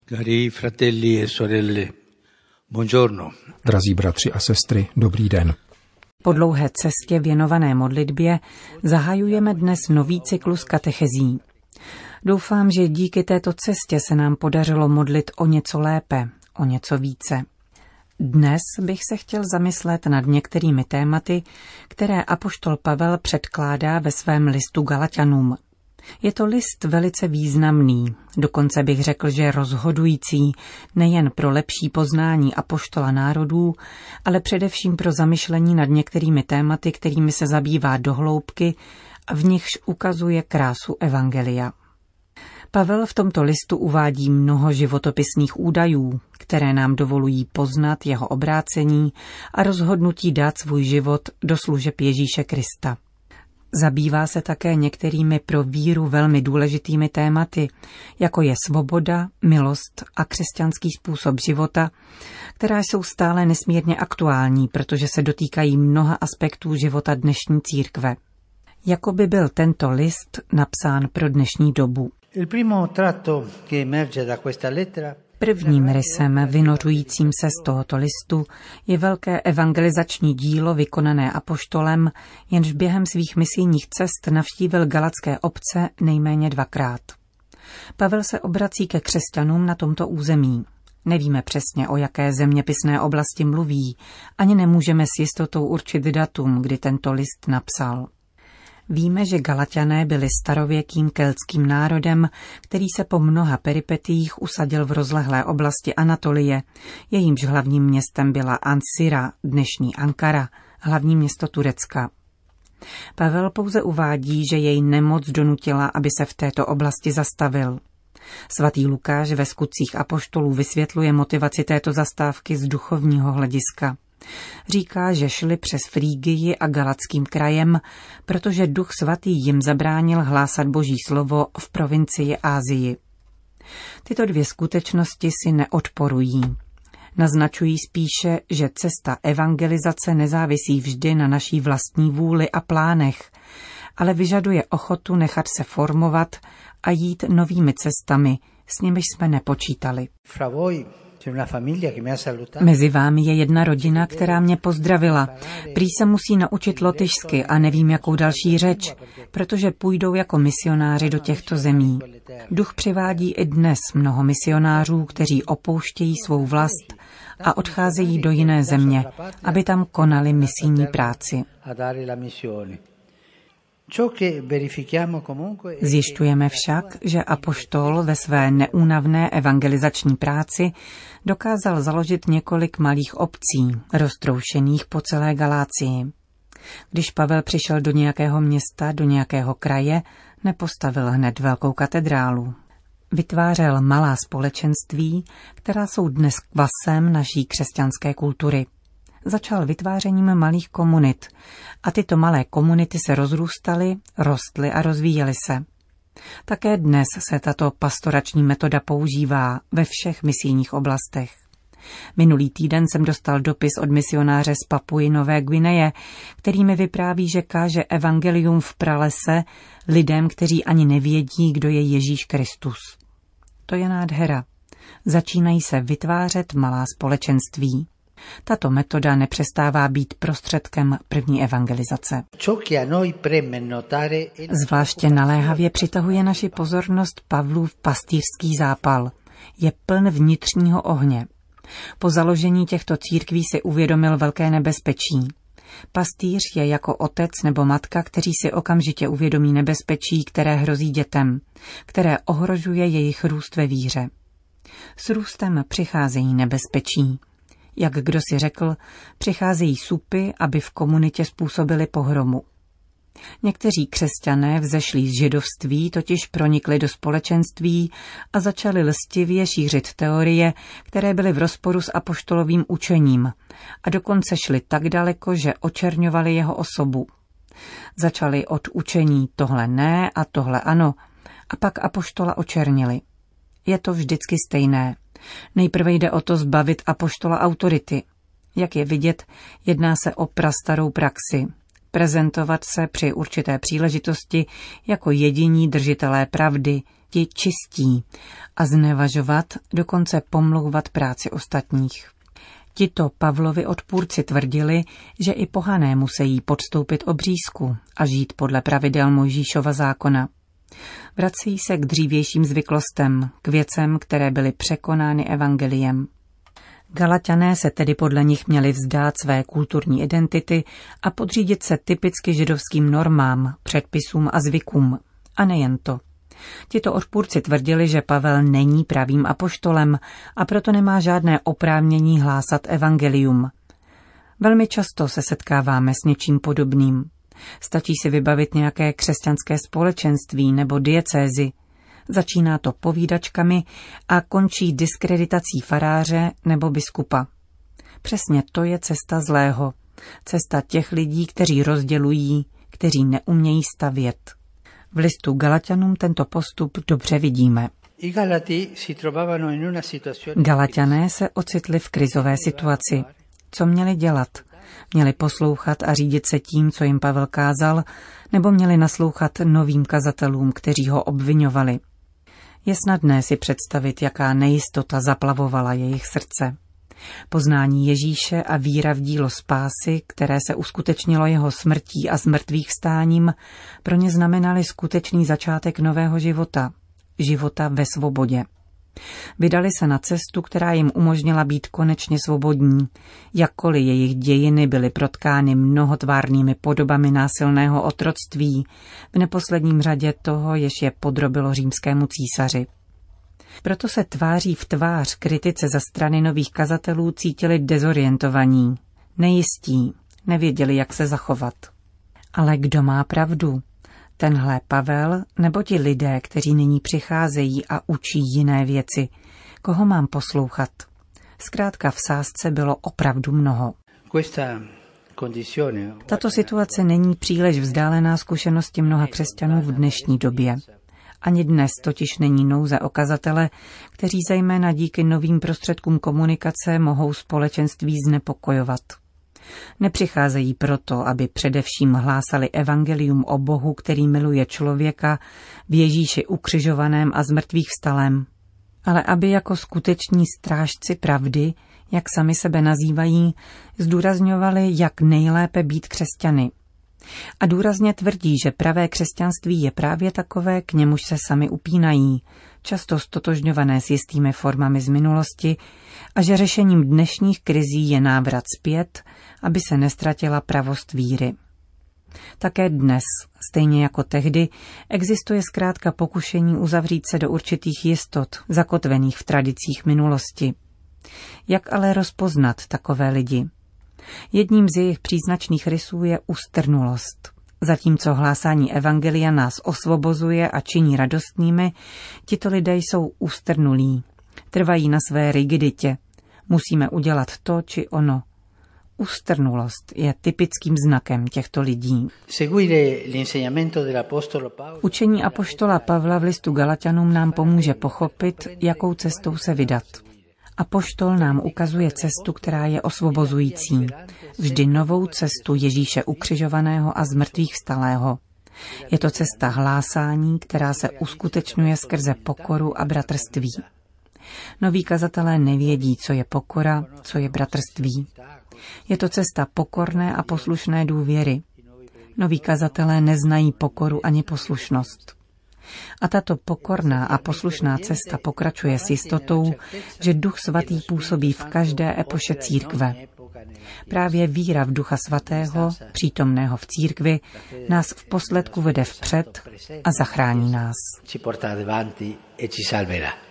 Cari fratelli e sorelle, buongiorno. Drazí bratři a sestry, dobrý den. Po dlouhé cestě věnované modlitbě zahajujeme dnes nový cyklus katechezí. Doufám, že díky této cestě se nám podařilo modlit o něco lépe, o něco více. Dnes bych se chtěl zamyslet nad některými tématy, které apoštol Pavel předkládá ve svém listu Galaťanům. Je to list velice významný, dokonce bych řekl, že rozhodující nejen pro lepší poznání apoštola národů, ale především pro zamyšlení nad některými tématy, kterými se zabývá do hloubky a v nichž ukazuje krásu evangelia. Pavel v tomto listu uvádí mnoho životopisných údajů, které nám dovolují poznat jeho obrácení a rozhodnutí dát svůj život do služeb Ježíše Krista. Zabývá se také některými pro víru velmi důležitými tématy, jako je svoboda, milost a křesťanský způsob života, která jsou stále nesmírně aktuální, protože se dotýkají mnoha aspektů života dnešní církve. Jako by byl tento list napsán pro dnešní dobu. Prvním rysem vynořujícím se z tohoto listu je velké evangelizační dílo vykonané apoštolem, jenž během svých misijních cest navštívil galatské obce nejméně 2krát. Pavel se obrací ke křesťanům na tomto území. Nevíme přesně, o jaké zeměpisné oblasti mluví, ani nemůžeme s jistotou určit datum, kdy tento list napsal. Víme, že Galaťané byli starověkým keltským národem, který se po mnoha peripetiích usadil v rozlehlé oblasti Anatolie. Jejímž hlavním městem byla Ancira, dnešní Ankara, hlavní město Turecka. Pavel pouze uvádí, že jej nemoc donutila, aby se v této oblasti zastavil. Svatý Lukáš ve Skutcích apoštolů vysvětluje motivaci této zastávky z duchovního hlediska. Říká, že šli přes Frýgii a Galatským krajem, protože Duch svatý jim zabránil hlásat Boží slovo v provincii Asii. Tyto dvě skutečnosti si neodporují. Naznačují spíše, že cesta evangelizace nezávisí vždy na naší vlastní vůli a plánech, ale vyžaduje ochotu nechat se formovat a jít novými cestami, s nimiž jsme nepočítali. Mezi vámi je jedna rodina, která mě pozdravila. Prý se musí naučit lotyšsky a nevím, jakou další řeč, protože půjdou jako misionáři do těchto zemí. Duch přivádí i dnes mnoho misionářů, kteří opouštějí svou vlast a odcházejí do jiné země, aby tam konali misijní práci. Zjišťujeme však, že apoštol ve své neúnavné evangelizační práci dokázal založit několik malých obcí, roztroušených po celé Galácii. Když Pavel přišel do nějakého města, do nějakého kraje, nepostavil hned velkou katedrálu. Vytvářel malá společenství, která jsou dnes kvasem naší křesťanské kultury. Začal vytvářením malých komunit a tyto malé komunity se rozrůstaly, rostly a rozvíjely se. Také dnes se tato pastorační metoda používá ve všech misijních oblastech. Minulý týden jsem dostal dopis od misionáře z Papuji Nové Guineje, který mi vypráví, že káže evangelium v pralese lidem, kteří ani nevědí, kdo je Ježíš Kristus. To je nádhera. Začínají se vytvářet malá společenství. Tato metoda nepřestává být prostředkem první evangelizace. Zvláště naléhavě přitahuje naši pozornost Pavlův pastýřský zápal. Je pln vnitřního ohně. Po založení těchto církví si uvědomil velké nebezpečí. Pastýř je jako otec nebo matka, kteří si okamžitě uvědomí nebezpečí, které hrozí dětem, které ohrožuje jejich růst ve víře. S růstem přicházejí nebezpečí. Jak kdo si řekl, přicházejí supy, aby v komunitě způsobili pohromu. Někteří křesťané vzešlí z židovství totiž pronikli do společenství a začali lstivě šířit teorie, které byly v rozporu s apoštolovým učením a dokonce šli tak daleko, že očerňovali jeho osobu. Začali od učení tohle ne a tohle ano a pak apoštola očernili. Je to vždycky stejné. Nejprve jde o to zbavit apoštola autority. Jak je vidět, jedná se o prastarou praxi. prezentovat se při určité příležitosti jako jediní držitelé pravdy, ti čistí, a znevažovat, dokonce pomlouvat práci ostatních. Tito Pavlovi odpůrci tvrdili, že i pohané musí podstoupit obřízku a žít podle pravidel Mojžíšova zákona. Vrací se k dřívějším zvyklostem, k věcem, které byly překonány evangeliem. Galatiané se tedy podle nich měli vzdát své kulturní identity a podřídit se typicky židovským normám, předpisům a zvykům. A nejen to. Tito odpůrci tvrdili, že Pavel není pravým apoštolem a proto nemá žádné oprávnění hlásat evangelium. Velmi často se setkáváme s něčím podobným. Stačí si vybavit nějaké křesťanské společenství nebo diecézy. Začíná to povídačkami a končí diskreditací faráře nebo biskupa. Přesně to je cesta zlého. Cesta těch lidí, kteří rozdělují, kteří neumějí stavět. V listu Galatianům tento postup dobře vidíme. Galatiané se ocitli v krizové situaci. Co měli dělat? Měli poslouchat a řídit se tím, co jim Pavel kázal, nebo měli naslouchat novým kazatelům, kteří ho obviňovali? Je snadné si představit, jaká nejistota zaplavovala jejich srdce. Poznání Ježíše a víra v dílo spásy, které se uskutečnilo jeho smrtí a zmrtvých vstáním, pro ně znamenaly skutečný začátek nového života, života ve svobodě. Vydali se na cestu, která jim umožnila být konečně svobodní, jakkoliv jejich dějiny byly protkány mnohotvárnými podobami násilného otroctví, v neposledním řadě toho, jež je podrobilo římskému císaři. Proto se tváří v tvář kritice za strany nových kazatelů cítili dezorientovaní, nejistí, nevěděli, jak se zachovat. Ale kdo má pravdu? Tenhle Pavel nebo ti lidé, kteří nyní přicházejí a učí jiné věci? Koho mám poslouchat? Zkrátka v sázce bylo opravdu mnoho. Tato situace není příliš vzdálená zkušenosti mnoha křesťanů v dnešní době. Ani dnes totiž není nouze o kazatele, kteří zejména díky novým prostředkům komunikace mohou společenství znepokojovat. Nepřicházejí proto, aby především hlásali evangelium o Bohu, který miluje člověka, v Ježíši ukřižovaném a zmrtvých vstalém, ale aby jako skuteční strážci pravdy, jak sami sebe nazývají, zdůrazňovali, jak nejlépe být křesťany. A důrazně tvrdí, že pravé křesťanství je právě takové, k němuž se sami upínají, často stotožňované s jistými formami z minulosti, a že řešením dnešních krizí je návrat zpět, aby se nestratila pravost víry. Také dnes, stejně jako tehdy, existuje zkrátka pokušení uzavřít se do určitých jistot, zakotvených v tradicích minulosti. Jak ale rozpoznat takové lidi? Jedním z jejich příznačných rysů je ustrnulost. Zatímco hlásání evangelia nás osvobozuje a činí radostnými, tito lidé jsou ustrnulí. Trvají na své rigiditě. Musíme udělat to či ono. Ustrnulost je typickým znakem těchto lidí. Učení apoštola Pavla v listu Galatianům nám pomůže pochopit, jakou cestou se vydat. Apoštol nám ukazuje cestu, která je osvobozující. Vždy novou cestu Ježíše ukřižovaného a zmrtvých vstalého. Je to cesta hlásání, která se uskutečňuje skrze pokoru a bratrství. Noví kazatelé nevědí, co je pokora, co je bratrství. Je to cesta pokorné a poslušné důvěry. Noví kazatelé neznají pokoru ani poslušnost. A tato pokorná a poslušná cesta pokračuje s jistotou, že Duch Svatý působí v každé epoše církve. Právě víra v Ducha Svatého, přítomného v církvi, nás v posledku vede vpřed a zachrání nás.